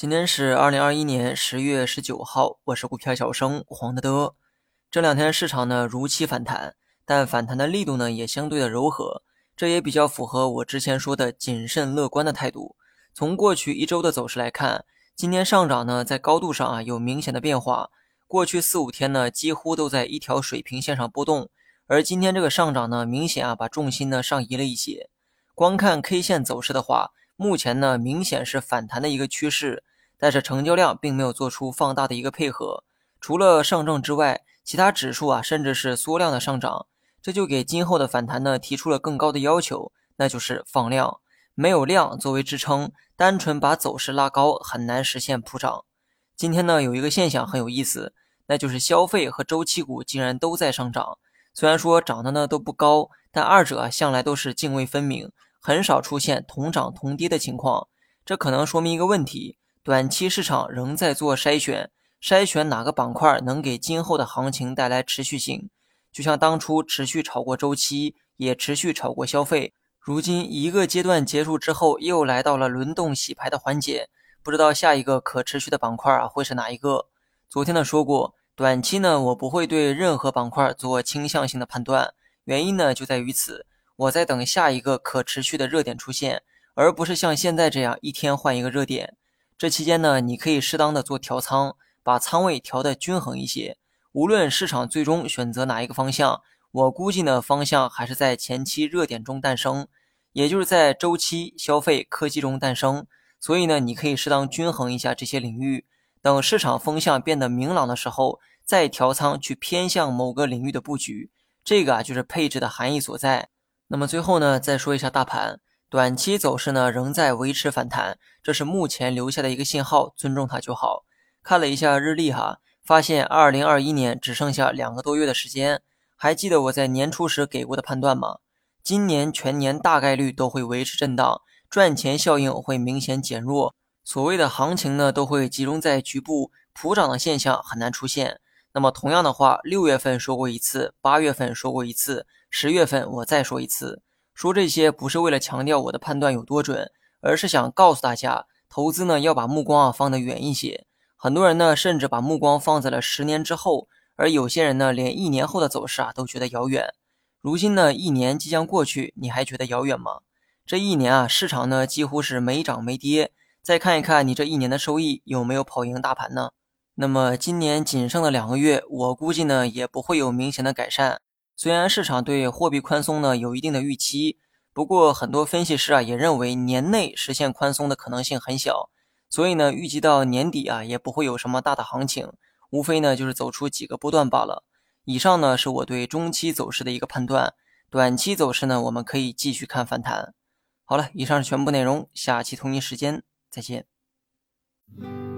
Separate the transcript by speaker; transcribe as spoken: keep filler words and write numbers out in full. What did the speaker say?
Speaker 1: 今天是二零二一年十月十九号，我是股票小生黄德德。这两天市场呢如期反弹，但反弹的力度呢也相对的柔和，这也比较符合我之前说的谨慎乐观的态度。从过去一周的走势来看，今天上涨呢在高度上啊有明显的变化，过去四五天呢几乎都在一条水平线上波动，而今天这个上涨呢明显啊把重心呢上移了一些。光看 K 线走势的话，目前呢明显是反弹的一个趋势，但是成交量并没有做出放大的一个配合，除了上证之外，其他指数啊甚至是缩量的上涨，这就给今后的反弹呢提出了更高的要求，那就是放量。没有量作为支撑，单纯把走势拉高很难实现普涨。今天呢有一个现象很有意思，那就是消费和周期股竟然都在上涨，虽然说涨的呢都不高，但二者啊向来都是泾渭分明，很少出现同涨同跌的情况。这可能说明一个问题，短期市场仍在做筛选，筛选哪个板块能给今后的行情带来持续性。就像当初持续炒过周期，也持续炒过消费，如今一个阶段结束之后，又来到了轮动洗牌的环节，不知道下一个可持续的板块啊会是哪一个。昨天呢说过，短期呢我不会对任何板块做倾向性的判断，原因呢就在于此，我在等下一个可持续的热点出现，而不是像现在这样一天换一个热点。这期间呢，你可以适当的做调仓，把仓位调得均衡一些。无论市场最终选择哪一个方向，我估计呢方向还是在前期热点中诞生，也就是在周期、消费、科技中诞生。所以呢，你可以适当均衡一下这些领域，等市场风向变得明朗的时候，再调仓去偏向某个领域的布局。这个啊就是配置的含义所在。那么最后呢，再说一下大盘。短期走势呢仍在维持反弹，这是目前留下的一个信号，尊重它就好。看了一下日历哈，发现二零二一年只剩下两个多月的时间。还记得我在年初时给过的判断吗？今年全年大概率都会维持震荡，赚钱效应会明显减弱，所谓的行情呢都会集中在局部，普涨的现象很难出现。那么同样的话，六月份说过一次，八月份说过一次，十月份我再说一次。说这些不是为了强调我的判断有多准，而是想告诉大家，投资呢要把目光啊放得远一些。很多人呢甚至把目光放在了十年之后，而有些人呢连一年后的走势啊都觉得遥远。如今呢一年即将过去，你还觉得遥远吗？这一年啊市场呢几乎是没涨没跌，再看一看你这一年的收益有没有跑赢大盘呢？那么今年仅剩的两个月，我估计呢也不会有明显的改善。虽然市场对货币宽松呢有一定的预期，不过很多分析师啊也认为年内实现宽松的可能性很小，所以呢预计到年底啊也不会有什么大的行情，无非呢就是走出几个波段罢了。以上呢是我对中期走势的一个判断，短期走势呢我们可以继续看反弹。好了，以上是全部内容，下期同一时间再见。